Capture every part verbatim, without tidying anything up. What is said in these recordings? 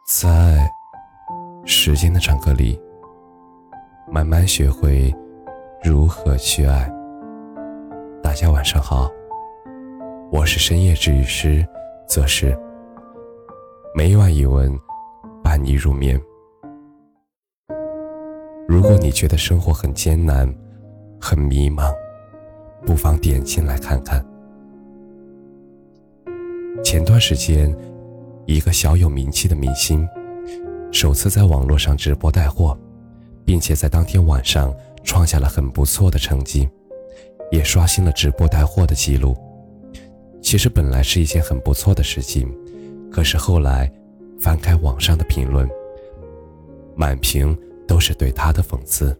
在时间的长河里，慢慢学会如何去爱。大家晚上好，我是深夜治愈师则是，每晚一文伴你入眠。如果你觉得生活很艰难很迷茫，不妨点进来看看。前段时间，一个小有名气的明星首次在网络上直播带货，并且在当天晚上创下了很不错的成绩，也刷新了直播带货的记录。其实本来是一件很不错的事情，可是后来翻开网上的评论，满屏都是对他的讽刺。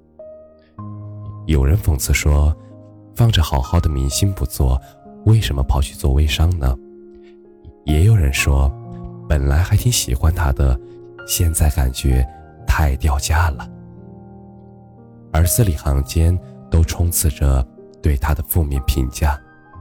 有人讽刺说，放着好好的明星不做，为什么跑去做微商呢？也有人说，本来还挺喜欢他的，现在感觉太掉价了。而字里行间都充斥着对他的负面评价。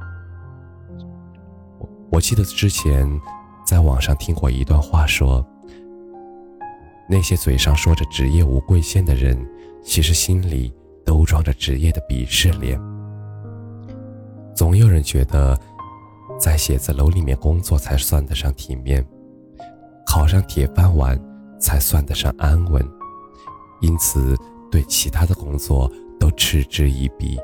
我记得之前在网上听过一段话说，那些嘴上说着职业无贵贱的人，其实心里都装着职业的鄙视链。总有人觉得在写字楼里面工作才算得上体面，考上铁饭碗才算得上安稳，因此对其他的工作都嗤之以鼻。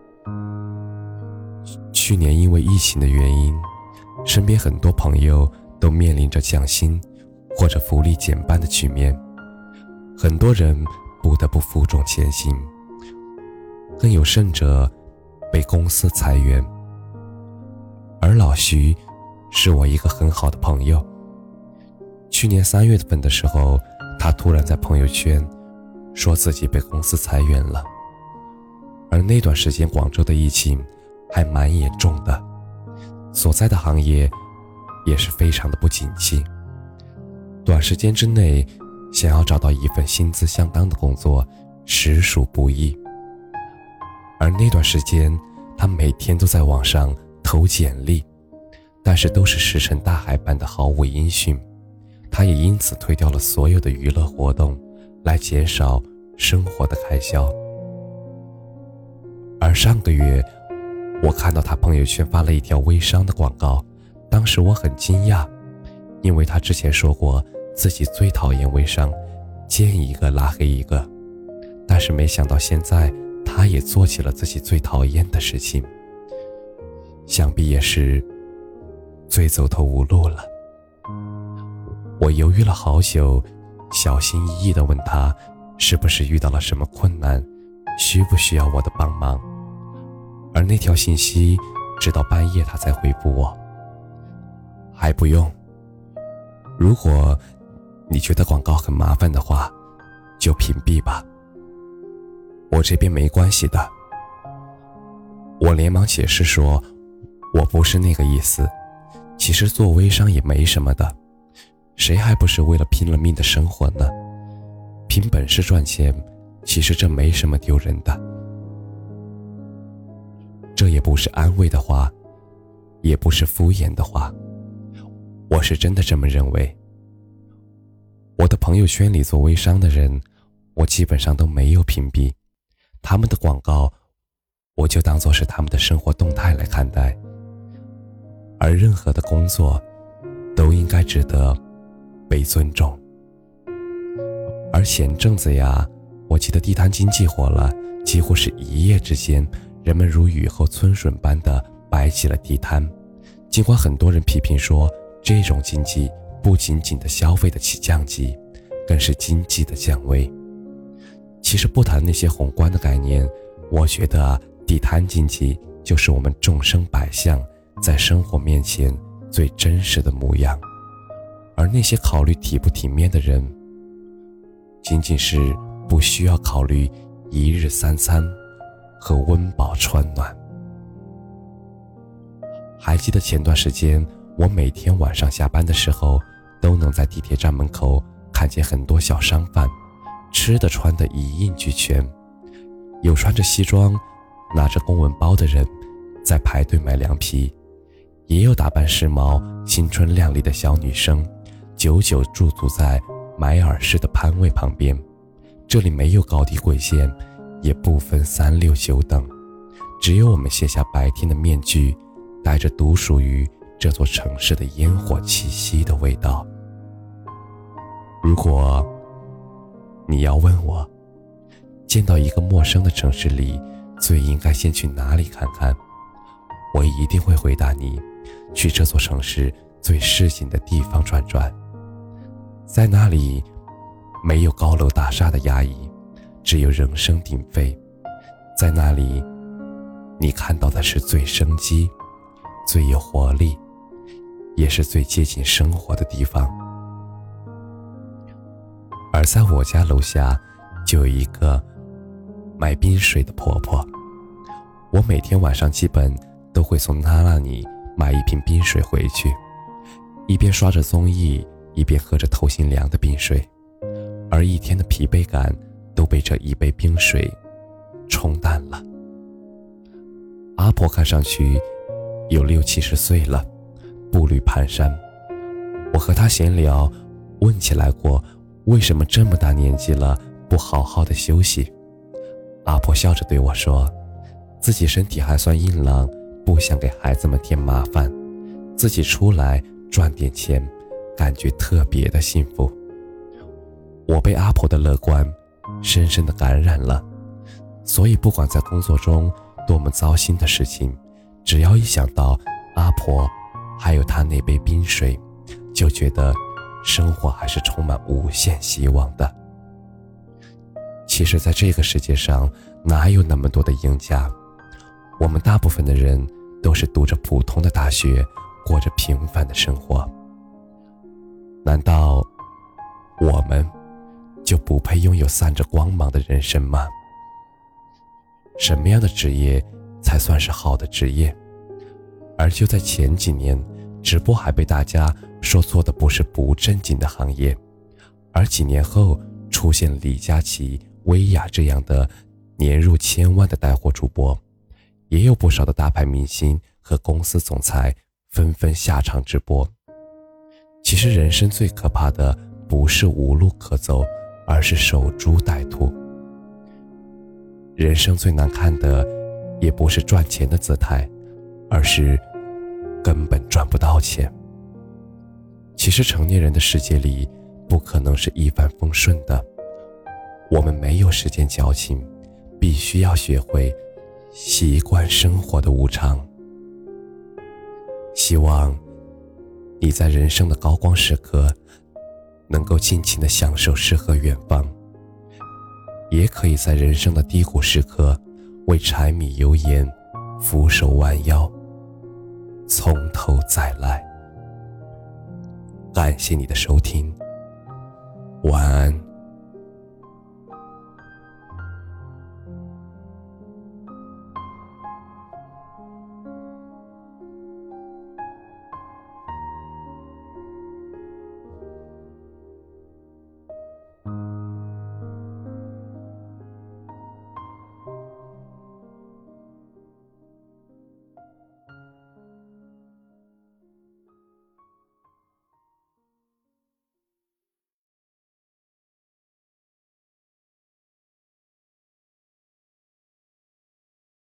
去年因为疫情的原因，身边很多朋友都面临着降薪或者福利减半的局面，很多人不得不负重前行，更有甚者被公司裁员。而老徐是我一个很好的朋友，去年三月份的时候，他突然在朋友圈说自己被公司裁员了。而那段时间广州的疫情还蛮严重的，所在的行业也是非常的不景气，短时间之内想要找到一份薪资相当的工作实属不易。而那段时间他每天都在网上投简历，但是都是石沉大海般的毫无音讯。他也因此推掉了所有的娱乐活动，来减少生活的开销。而上个月我看到他朋友圈发了一条微商的广告，当时我很惊讶，因为他之前说过自己最讨厌微商，见一个拉黑一个，但是没想到现在他也做起了自己最讨厌的事情，想必也是最走投无路了。我犹豫了好久，小心翼翼地问他是不是遇到了什么困难，需不需要我的帮忙。而那条信息直到半夜他才回复我，还不用，如果你觉得广告很麻烦的话，就屏蔽吧，我这边没关系的。我连忙解释说，我不是那个意思，其实做微商也没什么的，谁还不是为了拼了命的生活呢？凭本事赚钱，其实这没什么丢人的。这也不是安慰的话，也不是敷衍的话，我是真的这么认为。我的朋友圈里做微商的人，我基本上都没有屏蔽，他们的广告我就当作是他们的生活动态来看待。而任何的工作都应该值得被尊重。而前阵子呀，我记得地摊经济火了，几乎是一夜之间，人们如雨后春笋般的摆起了地摊。尽管很多人批评说，这种经济不仅仅的消费的起降级，更是经济的降维。其实不谈那些宏观的概念，我觉得啊，地摊经济就是我们众生百相在生活面前最真实的模样。而那些考虑体不体面的人，仅仅是不需要考虑一日三餐和温饱穿暖。还记得前段时间，我每天晚上下班的时候，都能在地铁站门口看见很多小商贩，吃的穿的一应俱全，有穿着西装拿着公文包的人在排队买凉皮，也有打扮时髦青春靓丽的小女生久久驻足在买耳式的摊位旁边。这里没有高低贵贱，也不分三六九等，只有我们卸下白天的面具，带着独属于这座城市的烟火气息的味道。如果你要问我，见到一个陌生的城市里最应该先去哪里看看，我一定会回答你，去这座城市最市井的地方转转。在那里没有高楼大厦的压抑，只有人声鼎沸。在那里你看到的是最生机、最有活力，也是最接近生活的地方。而在我家楼下就有一个卖冰水的婆婆，我每天晚上基本都会从她那里买一瓶冰水回去，一边刷着综艺，一边喝着透心凉的冰水，而一天的疲惫感都被这一杯冰水冲淡了。阿婆看上去有六七十岁了，步履蹒跚。我和她闲聊，问起来过为什么这么大年纪了不好好的休息。阿婆笑着对我说，自己身体还算硬朗，不想给孩子们添麻烦，自己出来赚点钱，感觉特别的幸福。我被阿婆的乐观深深的感染了，所以不管在工作中多么糟心的事情，只要一想到阿婆还有她那杯冰水，就觉得生活还是充满无限希望的。其实在这个世界上哪有那么多的赢家，我们大部分的人都是读着普通的大学，过着平凡的生活。难道我们就不配拥有散着光芒的人生吗？什么样的职业才算是好的职业？而就在前几年，直播还被大家说做的不是不正经的行业，而几年后出现李佳琦、薇娅这样的年入千万的带货主播，也有不少的大牌明星和公司总裁纷纷下场直播。其实人生最可怕的不是无路可走，而是守株待兔。人生最难看的也不是赚钱的姿态，而是根本赚不到钱。其实成年人的世界里不可能是一帆风顺的，我们没有时间矫情，必须要学会习惯生活的无常。希望你在人生的高光时刻能够尽情地享受诗和远方，也可以在人生的低谷时刻为柴米油盐俯首弯腰，从头再来。感谢你的收听，晚安。